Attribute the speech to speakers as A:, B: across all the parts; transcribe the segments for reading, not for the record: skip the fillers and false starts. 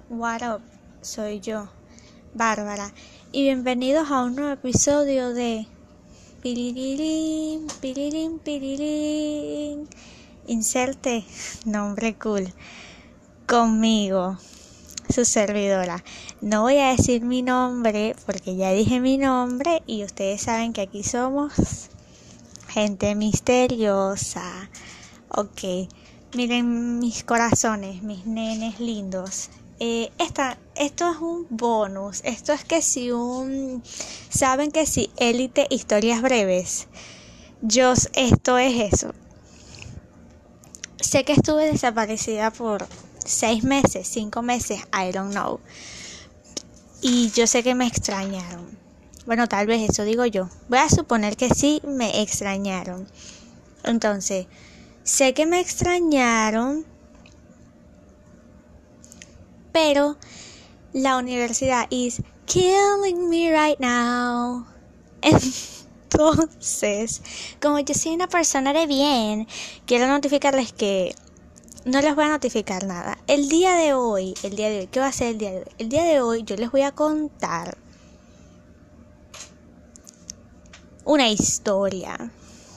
A: What up? Soy yo, Bárbara, y bienvenidos a un nuevo episodio de Pirirín, Pirirín, Pirirín. Inserte nombre cool conmigo, su servidora. No voy a decir mi nombre porque ya dije mi nombre y ustedes saben que aquí somos gente misteriosa. Ok, miren mis corazones, mis nenes lindos. Esto es un bonus. Esto es que saben que si Élite Historias Breves. Esto es eso. Sé que estuve desaparecida por 6 meses, 5 meses, I don't know. Y yo sé que me extrañaron. Bueno, tal vez eso digo yo. Voy a suponer que sí me extrañaron. Entonces, sé que me extrañaron, pero la universidad is killing me right now. Entonces, como yo soy una persona de bien, quiero notificarles que no les voy a notificar nada. El día de hoy, ¿qué va a ser el día de hoy? El día de hoy yo les voy a contar una historia.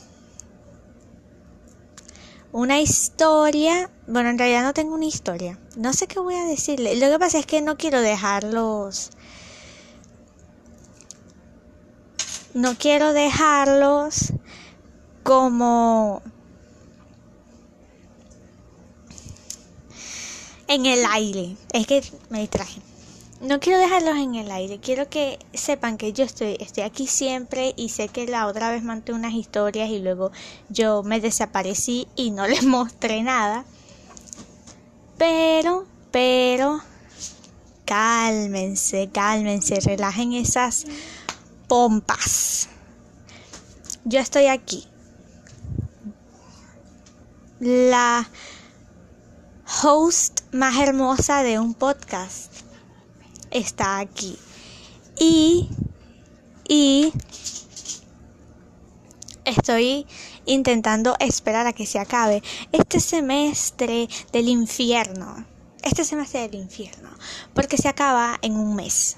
A: Bueno, en realidad no tengo una historia. No sé qué voy a decirle. Lo que pasa es que no quiero dejarlos como en el aire. Es que me distraje. No quiero dejarlos en el aire. Quiero que sepan que yo estoy aquí siempre y sé que la otra vez mandé unas historias y luego yo me desaparecí y no les mostré nada. Pero cálmense, relajen esas pompas. Yo estoy aquí. La host más hermosa de un podcast está aquí. Y estoy intentando esperar a que se acabe este semestre del infierno. Porque se acaba en un mes.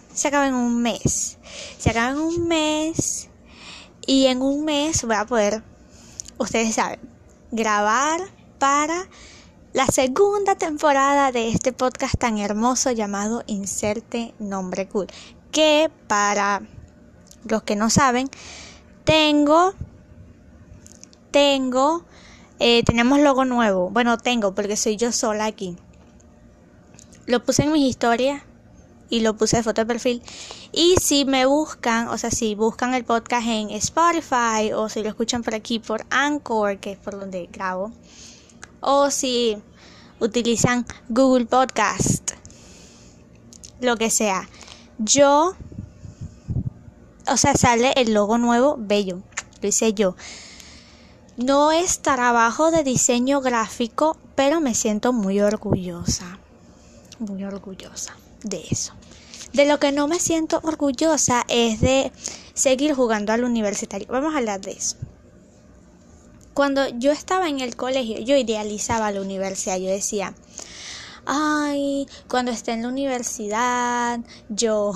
A: Y en un mes voy a poder, ustedes saben, grabar para la segunda temporada de este podcast tan hermoso llamado Inserte Nombre Cool. Que para los que no saben, tenemos logo nuevo. Bueno, porque soy yo sola aquí. Lo puse en mis historias y lo puse de foto de perfil. Y si me buscan, o sea, si buscan el podcast en Spotify o si lo escuchan por aquí por Anchor, que es por donde grabo, o si utilizan Google Podcast, lo que sea, sale el logo nuevo, bello, lo hice yo. No es trabajo de diseño gráfico, pero me siento muy orgullosa de eso. De lo que no me siento orgullosa es de seguir jugando al universitario. Vamos a hablar de eso. Cuando yo estaba en el colegio, yo idealizaba la universidad. Yo decía, ay, cuando esté en la universidad, yo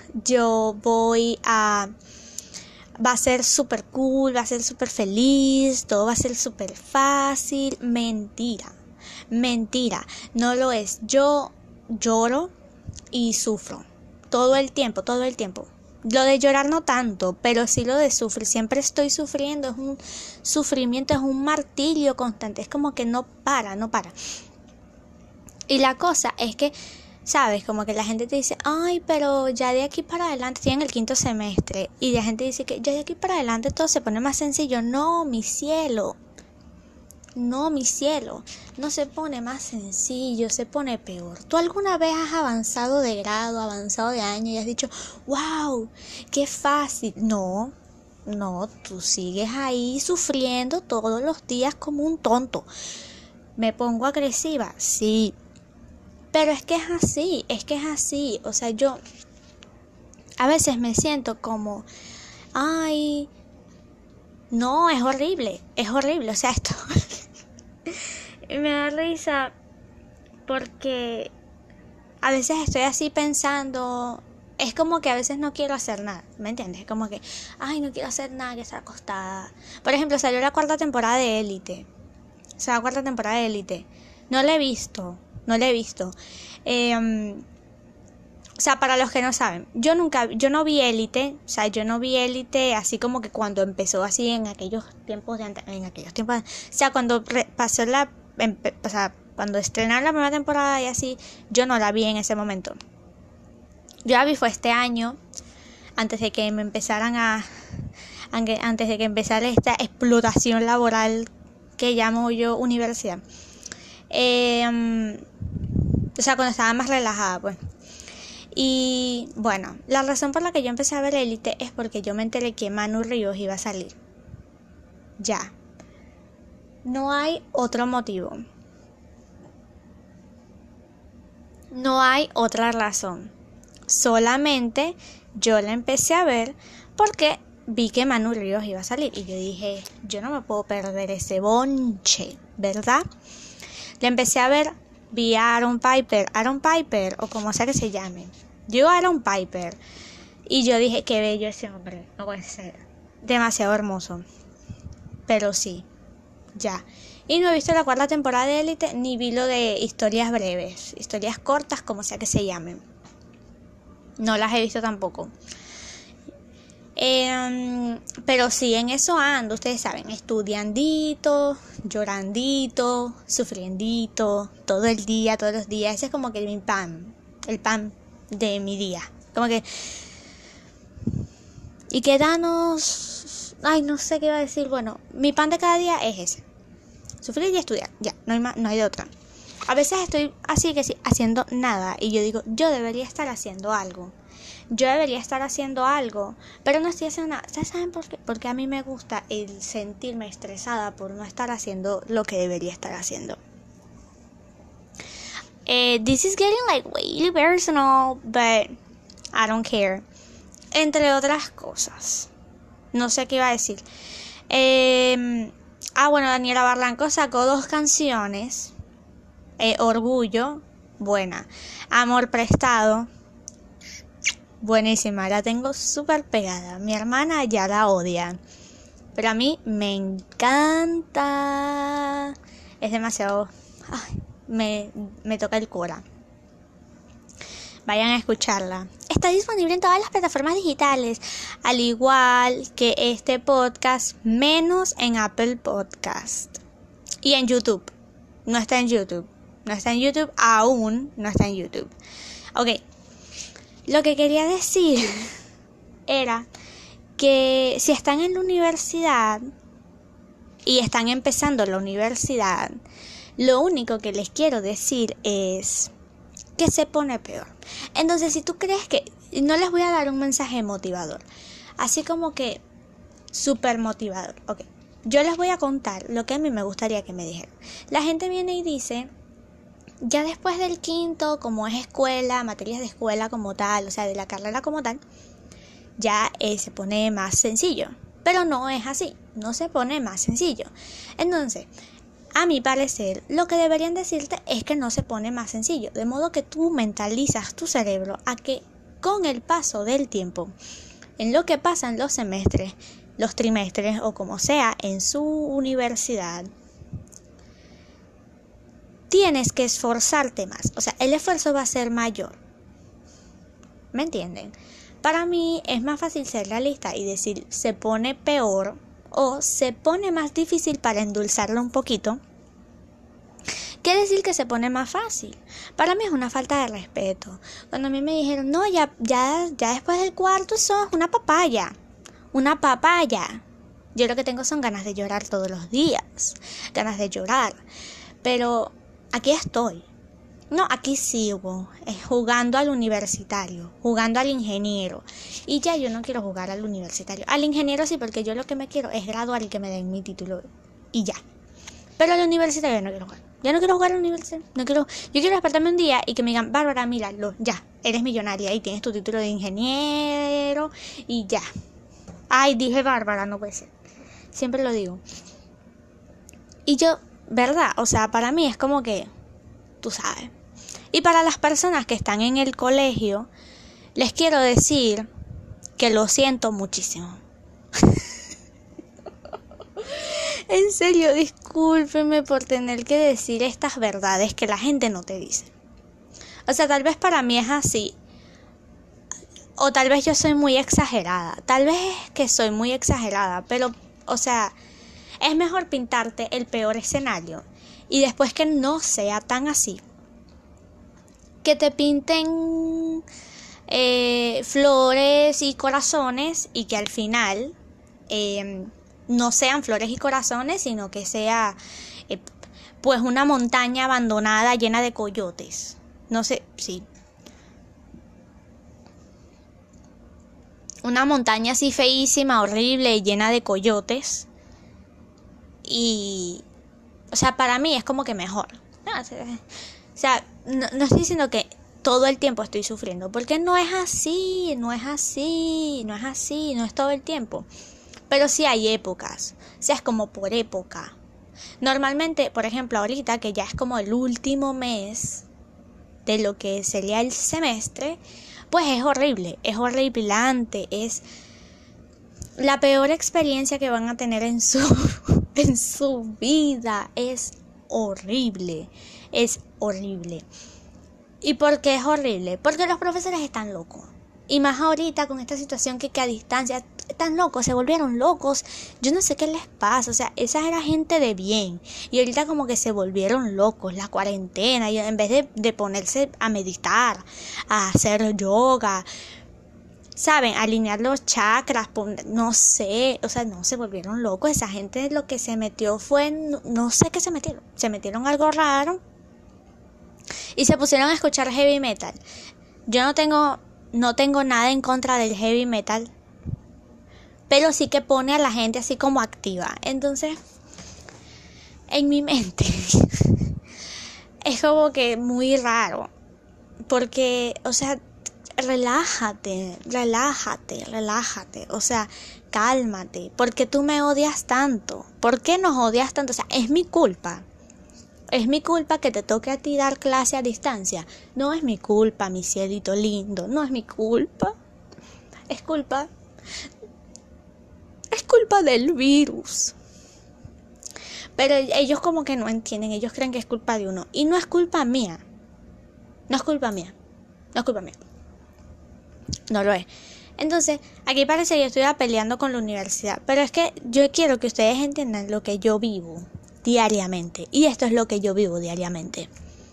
A: va a ser súper cool, va a ser súper feliz, todo va a ser súper fácil. Mentira, no lo es. Yo lloro y sufro todo el tiempo. Lo de llorar no tanto, pero sí lo de sufrir. Siempre estoy sufriendo, es un sufrimiento, es un martirio constante, es como que no para. Y la cosa es que, ¿sabes? Como que la gente te dice, ay, pero ya de aquí para adelante, estoy en el 5º semestre, y la gente dice que ya de aquí para adelante todo se pone más sencillo. No, mi cielo, no se pone más sencillo, se pone peor. ¿Tú alguna vez has avanzado de grado, avanzado de año y has dicho, wow, qué fácil? No, tú sigues ahí sufriendo todos los días como un tonto. ¿Me pongo agresiva? Sí, pero es que es así. O sea, yo a veces me siento como, ay, no, es horrible. O sea, esto me da risa porque a veces estoy así pensando, es como que a veces no quiero hacer nada, ¿me entiendes? Es como que, ay, no quiero hacer nada, que estar acostada. Por ejemplo, salió la 4ª temporada de Élite. O sea, la 4ª temporada de Élite. No la he visto. O sea, para los que no saben, yo no vi Élite, o sea, yo no vi Élite así como que cuando empezó así en aquellos tiempos o sea, cuando pasó o sea, cuando estrenaron la primera temporada y así, yo no la vi en ese momento. Yo la vi fue este año, antes de que antes de que empezara esta explotación laboral que llamo yo universidad. O sea, cuando estaba más relajada, pues. Y bueno, la razón por la que yo empecé a ver Élite es porque yo me enteré que Manu Ríos iba a salir. Ya. No hay otro motivo. No hay otra razón. Solamente yo la empecé a ver porque vi que Manu Ríos iba a salir. Y yo dije, yo no me puedo perder ese bonche, ¿verdad? La empecé a ver, vi a Aaron Piper, o como sea que se llame. Yo Aaron Piper. Y yo dije, qué bello ese hombre, no puede ser. Demasiado hermoso. Pero sí, ya. Y no he visto la 4ª temporada de Élite, ni vi lo de historias breves, historias cortas, como sea que se llamen. No las he visto tampoco. Pero sí, en eso ando, ustedes saben, estudiandito, llorandito, sufriendito, todo el día, todos los días. Ese es como que el pan de mi día. Como que, y quedarnos, ay, no sé qué iba a decir. Bueno, mi pan de cada día es ese: sufrir y estudiar, ya, no hay de otra. A veces estoy así que sí, haciendo nada, y yo digo, yo debería estar haciendo algo. Pero no estoy haciendo nada. ¿Ustedes saben por qué? Porque a mí me gusta el sentirme estresada por no estar haciendo lo que debería estar haciendo. This is getting like really personal, but I don't care. Entre otras cosas. No sé qué iba a decir. Bueno, Daniela Barranco sacó 2 canciones. Orgullo, buena. Amor prestado, buenísima, la tengo súper pegada. Mi hermana ya la odia, pero a mí me encanta. Es demasiado... Ay, me toca el cora. Vayan a escucharla. Está disponible en todas las plataformas digitales, al igual que este podcast, menos en Apple Podcast. Y en YouTube. No está en YouTube. Aún no está en YouTube. Ok. Lo que quería decir era que si están en la universidad y están empezando la universidad, lo único que les quiero decir es que se pone peor. Entonces, si tú crees que... No les voy a dar un mensaje motivador, así como que súper motivador. Ok, yo les voy a contar lo que a mí me gustaría que me dijeran. La gente viene y dice... Ya después del 5º, como es escuela, materias de escuela como tal, o sea, de la carrera como tal, ya se pone más sencillo. Pero no es así, no se pone más sencillo. Entonces, a mi parecer, lo que deberían decirte es que no se pone más sencillo. De modo que tú mentalizas tu cerebro a que con el paso del tiempo, en lo que pasan los semestres, los trimestres o como sea en su universidad, tienes que esforzarte más. O sea, el esfuerzo va a ser mayor. ¿Me entienden? Para mí es más fácil ser realista y decir se pone peor o se pone más difícil para endulzarlo un poquito, que decir que se pone más fácil. Para mí es una falta de respeto. Cuando a mí me dijeron, no, ya después del 4º sos una papaya. Una papaya. Yo lo que tengo son ganas de llorar todos los días. Ganas de llorar. Pero... aquí estoy. No, aquí sigo, jugando al universitario, jugando al ingeniero. Y ya yo no quiero jugar al universitario. Al ingeniero sí, porque yo lo que me quiero es graduar y que me den mi título. Y ya. Pero al universitario no quiero jugar. Ya no quiero jugar al universitario. Yo quiero despertarme un día y que me digan, Bárbara, míralo, ya, eres millonaria y tienes tu título de ingeniero y ya. Ay, dije Bárbara, no puede ser. Siempre lo digo. Y yo... ¿verdad? O sea, para mí es como que, tú sabes, Y para las personas que están en el colegio, les quiero decir que lo siento muchísimo. En serio, discúlpenme por tener que decir estas verdades que la gente no te dice. O sea, tal vez para mí es así. O tal vez yo soy muy exagerada. Tal vez es que soy muy exagerada. Pero, o sea, es mejor pintarte el peor escenario. Y después que no sea tan así. Que te pinten flores y corazones. Y que al final no sean flores y corazones, sino que sea pues una montaña abandonada llena de coyotes. No sé, sí. Una montaña así feísima, horrible, llena de coyotes. Y, o sea, para mí es como que mejor. O sea, no estoy diciendo que todo el tiempo estoy sufriendo, porque no es así, no es todo el tiempo. Pero sí hay épocas, o sea, es como por época. Normalmente, por ejemplo, ahorita que ya es como el último mes de lo que sería el semestre, pues es horrible, es horripilante, es la peor experiencia que van a tener en su vida. Es horrible. ¿Y por qué es horrible? Porque los profesores están locos. Y más ahorita con esta situación que a distancia están locos, se volvieron locos. Yo no sé qué les pasa, o sea, esa era gente de bien. Y ahorita como que se volvieron locos, la cuarentena, y en vez de ponerse a meditar, a hacer yoga, ¿saben? Alinear los chakras, no sé, o sea, no, se volvieron locos. Esa gente lo que se metió fue, no sé qué se metieron algo raro y se pusieron a escuchar heavy metal. Yo no tengo nada en contra del heavy metal, pero sí que pone a la gente así como activa. Entonces, en mi mente es como que muy raro, porque, o sea, relájate, o sea, cálmate. ¿Por qué tú me odias tanto? ¿Por qué nos odias tanto? O sea, es mi culpa que te toque a ti dar clase a distancia. No es mi culpa, mi cielito lindo, no es mi culpa. Es culpa del virus. Pero ellos como que no entienden, ellos creen que es culpa de uno. Y no es culpa mía. No lo es. Entonces, aquí parece que yo estoy peleando con la universidad. Pero es que yo quiero que ustedes entiendan lo que yo vivo diariamente. Y esto es lo que yo vivo diariamente.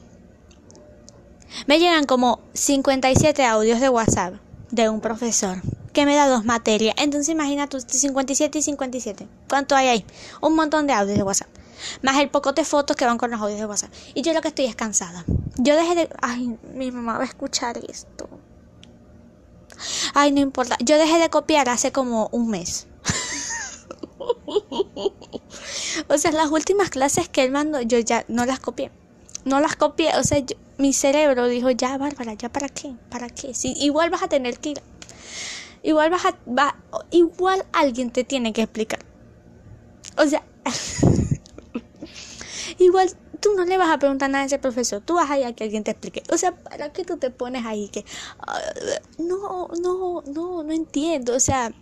A: Me llegan como 57 audios de WhatsApp de un profesor que me da 2 materias. Entonces imagínate 57 y 57. ¿Cuánto hay ahí? Un montón de audios de WhatsApp. Más el pocote de fotos que van con los audios de WhatsApp. Y yo lo que estoy es cansada. Yo dejé de... Ay, mi mamá va a escuchar esto. Ay, no importa. Yo dejé de copiar hace como un mes. O sea, las últimas clases que él mandó, yo ya no las copié. O sea, mi cerebro dijo, ya, Bárbara, ¿ya para qué? Si igual vas a tener que ir. Igual igual alguien te tiene que explicar. O sea, igual tú no le vas a preguntar nada a ese profesor. Tú vas a ir a que alguien te explique. O sea, ¿para qué tú te pones ahí que no entiendo? O sea,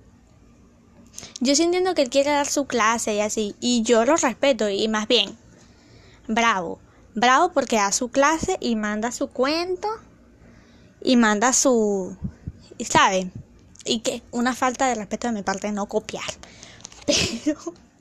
A: yo sí entiendo que él quiere dar su clase y así, y yo lo respeto, y más bien, bravo porque da su clase y manda su cuento y manda su, ¿sabe? Y que una falta de respeto de mi parte no copiar. Pero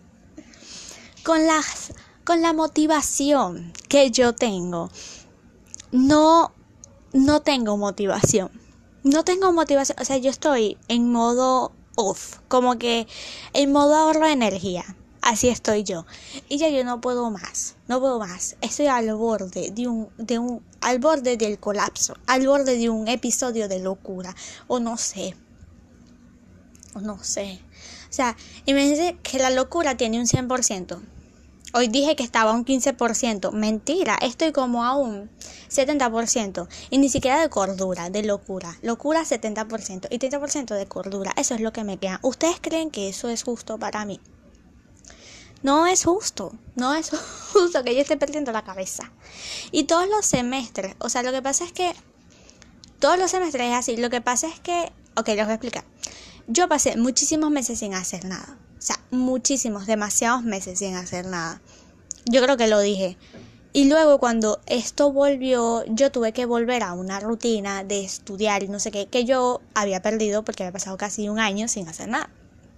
A: con la motivación que yo tengo, no tengo motivación. O sea, yo estoy en modo off, como que en modo ahorro de energía. Así estoy yo. Y ya yo no puedo más. Estoy al borde al borde del colapso, al borde de un episodio de locura, o no sé. O sea, imagínense que la locura tiene un 100%. Hoy dije que estaba a un 15%. Mentira, estoy como a un 70%. Y ni siquiera de cordura, de locura. Locura 70% y 30% de cordura. Eso es lo que me queda. ¿Ustedes creen que eso es justo para mí? No es justo, no es justo que yo esté perdiendo la cabeza. Y todos los semestres, o sea, lo que pasa es que todos los semestres es así. Lo que pasa es que, ok, les voy a explicar. Yo pasé muchísimos meses sin hacer nada. O sea, muchísimos, demasiados meses sin hacer nada. Yo creo que lo dije. Y luego cuando esto volvió, yo tuve que volver a una rutina de estudiar y no sé qué, que yo había perdido porque había pasado casi un año sin hacer nada.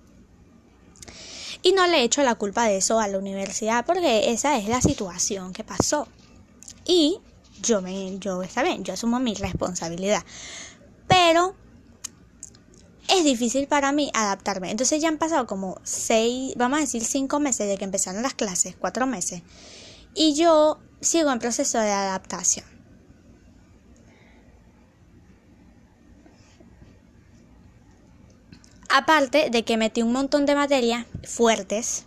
A: Y no le echo la culpa de eso a la universidad porque esa es la situación que pasó. Y está bien, yo asumo mi responsabilidad. Pero es difícil para mí adaptarme. Entonces ya han pasado como 5 meses de que empezaron las clases, 4 meses. Y yo sigo en proceso de adaptación. Aparte de que metí un montón de materias fuertes.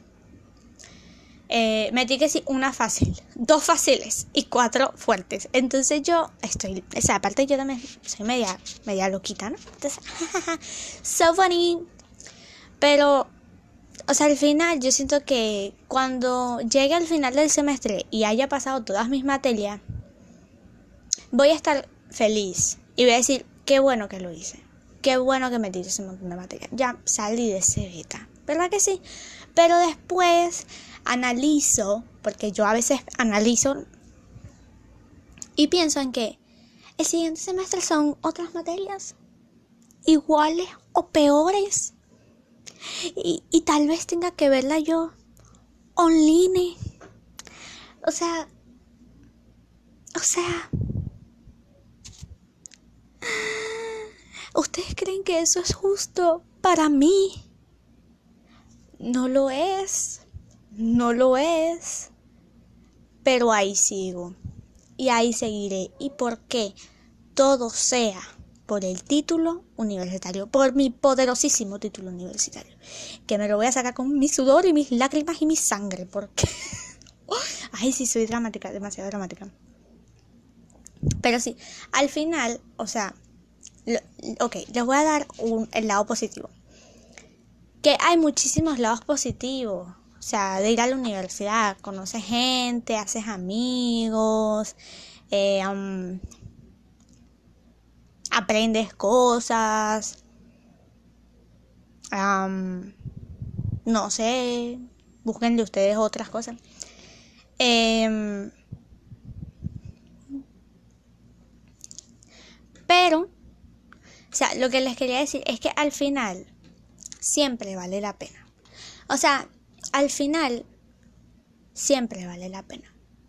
A: Metí que sí, una fácil, 2 fáciles y 4 fuertes. Entonces yo estoy, o sea, aparte yo también soy media loquita, ¿no? Entonces, so funny. Pero, o sea, al final yo siento que cuando llegue al final del semestre y haya pasado todas mis materias, voy a estar feliz y voy a decir, qué bueno que lo hice. Qué bueno que metí ese montón de materias. Ya salí de ese beta, ¿verdad que sí? Pero después analizo, porque yo a veces analizo y pienso en que el siguiente semestre son otras materias iguales o peores y tal vez tenga que verla yo online. O sea, ¿ustedes creen que eso es justo para mí? No lo es. No lo es, pero ahí sigo y ahí seguiré. ¿Y por qué? Todo sea por el título universitario, por mi poderosísimo título universitario, que me lo voy a sacar con mi sudor y mis lágrimas y mi sangre, porque ay, sí, soy dramática, demasiado dramática. Pero sí, al final, o sea, ok, les voy a dar el lado positivo, que hay muchísimos lados positivos. O sea, de ir a la universidad, conoces gente, haces amigos, aprendes cosas, no sé, busquen de ustedes otras cosas. Pero, o sea, lo que les quería decir es que al final siempre vale la pena. O sea, al final siempre vale la pena.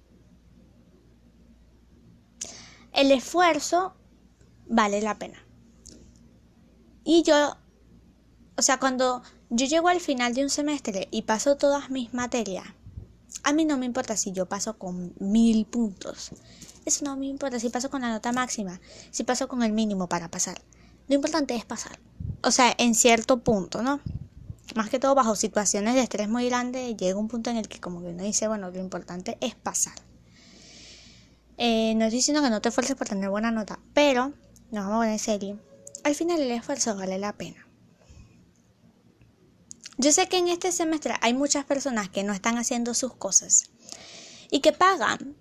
A: El esfuerzo vale la pena. Y yo, o sea, cuando yo llego al final de un semestre y paso todas mis materias, a mí no me importa si yo paso con 1000 puntos. Eso no me importa si paso con la nota máxima, si paso con el mínimo para pasar. Lo importante es pasar. O sea, en cierto punto, ¿no? Más que todo bajo situaciones de estrés muy grandes, llega un punto en el que como que uno dice, bueno, lo importante es pasar. No estoy diciendo que no te esfuerces por tener buena nota, pero nos vamos a poner en serio. Al final el esfuerzo vale la pena. Yo sé que en este semestre hay muchas personas que no están haciendo sus cosas y que pagan.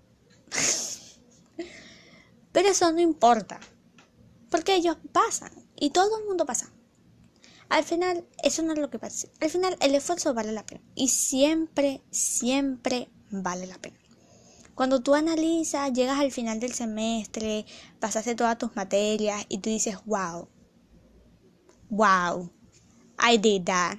A: Pero eso no importa, porque ellos pasan y todo el mundo pasa. Al final, eso no es lo que pasa. Al final, el esfuerzo vale la pena. Y siempre, siempre vale la pena. Cuando tú analizas, llegas al final del semestre, pasaste todas tus materias y tú dices, wow, I did that.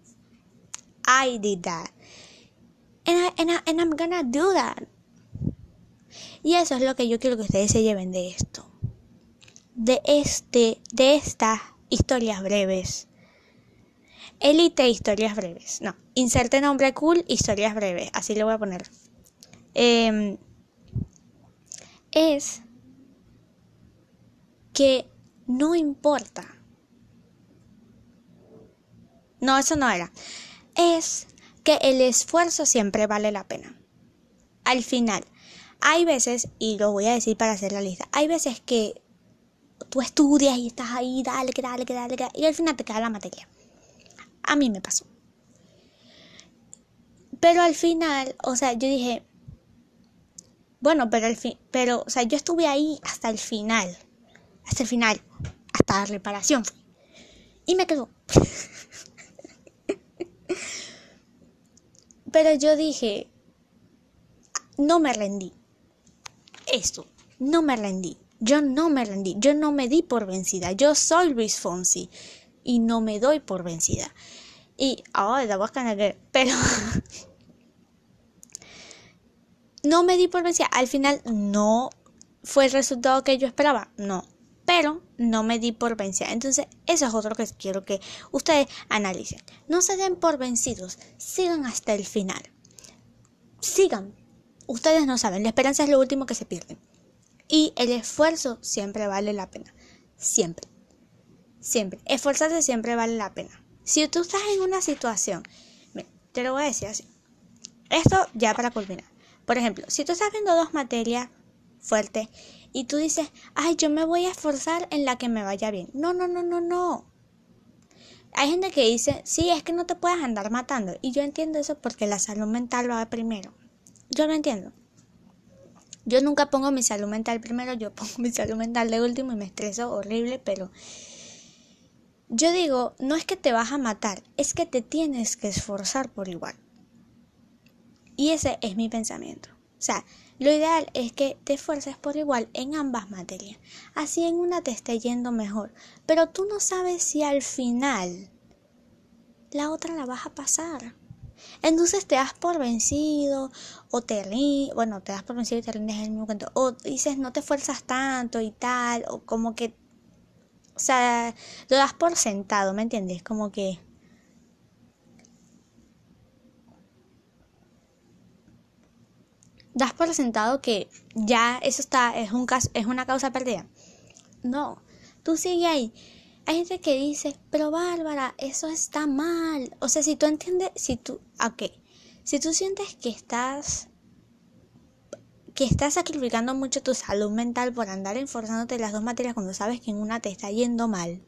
A: And I'm gonna do that. Y eso es lo que yo quiero que ustedes se lleven de esto. De estas historias breves. Elite historias breves. No, inserte nombre cool, historias breves. Así le voy a poner. Es que no importa. No, eso no era. Es que el esfuerzo siempre vale la pena. Al final, hay veces, y lo voy a decir para hacer la lista, hay veces que tú estudias y estás ahí, dale, y al final te queda la materia. A mí me pasó. Pero al final, o sea, yo dije, bueno, pero, o sea, yo estuve ahí hasta el final, hasta la reparación fui. Y me quedó. Pero yo dije, no me rendí. No me rendí. Yo no me rendí. Yo no me di por vencida. Yo soy Luis Fonsi. Y no me doy por vencida. Y, la voz canadiense. Pero no me di por vencida. Al final no fue el resultado que yo esperaba. No. Pero no me di por vencida. Entonces, eso es otro que quiero que ustedes analicen. No se den por vencidos. Sigan hasta el final. Sigan. Ustedes no saben. La esperanza es lo último que se pierde. Y el esfuerzo siempre vale la pena. Siempre. Siempre. Esforzarse siempre vale la pena. Si tú estás en una situación, te lo voy a decir así. Esto ya para culminar. Por ejemplo, si tú estás viendo 2 materias fuertes y tú dices, ay, yo me voy a esforzar en la que me vaya bien. No. Hay gente que dice, sí, es que no te puedes andar matando. Y yo entiendo eso porque la salud mental va primero. Yo lo entiendo. Yo nunca pongo mi salud mental primero, yo pongo mi salud mental de último y me estreso horrible, pero yo digo, no es que te vas a matar, es que te tienes que esforzar por igual. Y ese es mi pensamiento. O sea, lo ideal es que te esfuerces por igual en ambas materias. Así en una te esté yendo mejor. Pero tú no sabes si al final la otra la vas a pasar. Entonces te das por vencido o te das por vencido y te rindes en el mismo cuento. O dices no te esfuerzas tanto y tal. O como que, o sea, lo das por sentado, ¿me entiendes? Como que das por sentado que ya eso es una causa perdida. No, tú sigue ahí. Hay gente que dice, pero Bárbara, eso está mal. O sea, si tú entiendes, si tú sientes que estás sacrificando mucho tu salud mental por andar esforzándote en las 2 materias cuando sabes que en una te está yendo mal.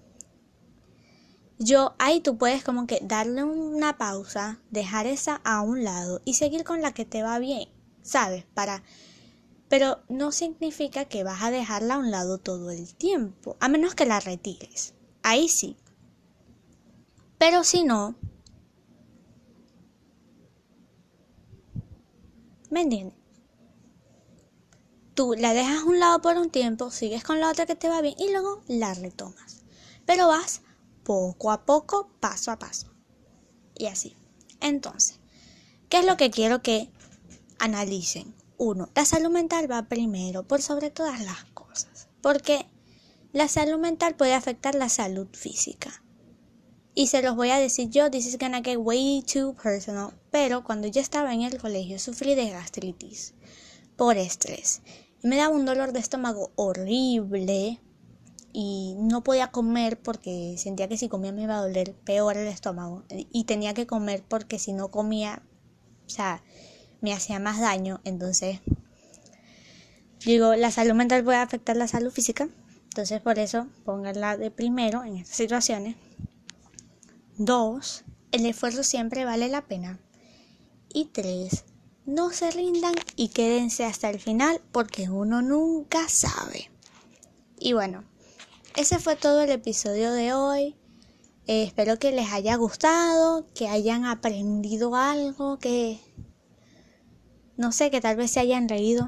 A: Ahí tú puedes como que darle una pausa, dejar esa a un lado y seguir con la que te va bien, ¿sabes? Pero no significa que vas a dejarla a un lado todo el tiempo, a menos que la retires. Ahí sí. Pero si no, ¿me entiendes? Tú la dejas a un lado por un tiempo, sigues con la otra que te va bien y luego la retomas. Pero vas poco a poco, paso a paso. Y así. Entonces, ¿qué es lo que quiero que analicen? 1. La salud mental va primero, por sobre todas las cosas. Porque la salud mental puede afectar la salud física. Y se los voy a decir yo, this is gonna get way too personal. Pero cuando yo estaba en el colegio sufrí de gastritis por estrés. Y me daba un dolor de estómago horrible. Y no podía comer porque sentía que si comía me iba a doler peor el estómago. Y tenía que comer porque si no comía, o sea, me hacía más daño. Entonces, digo, la salud mental puede afectar la salud física. Entonces, por eso, pónganla de primero en estas situaciones. 2. El esfuerzo siempre vale la pena. Y 3. No se rindan y quédense hasta el final porque uno nunca sabe. Y bueno, ese fue todo el episodio de hoy. Espero que les haya gustado, que hayan aprendido algo, que no sé, que tal vez se hayan reído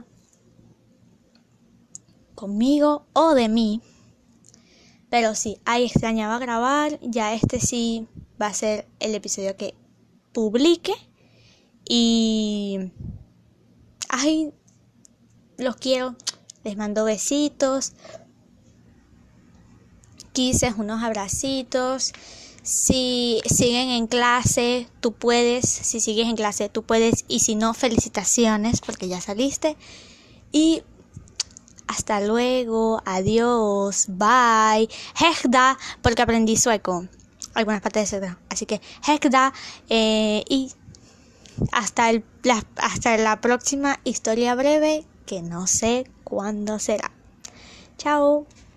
A: conmigo o de mí. Pero sí, ahí extrañaba grabar. Ya este sí va a ser el episodio que publique. Y ay, los quiero. Les mando besitos, kisses, unos abracitos. Si siguen en clase, tú puedes. Si sigues en clase, tú puedes. Y si no, felicitaciones porque ya saliste. Y hasta luego, adiós, bye. Hegda, porque aprendí sueco. Algunas partes de sueco. Así que Hegda, y hasta la próxima historia breve, que no sé cuándo será. Chao.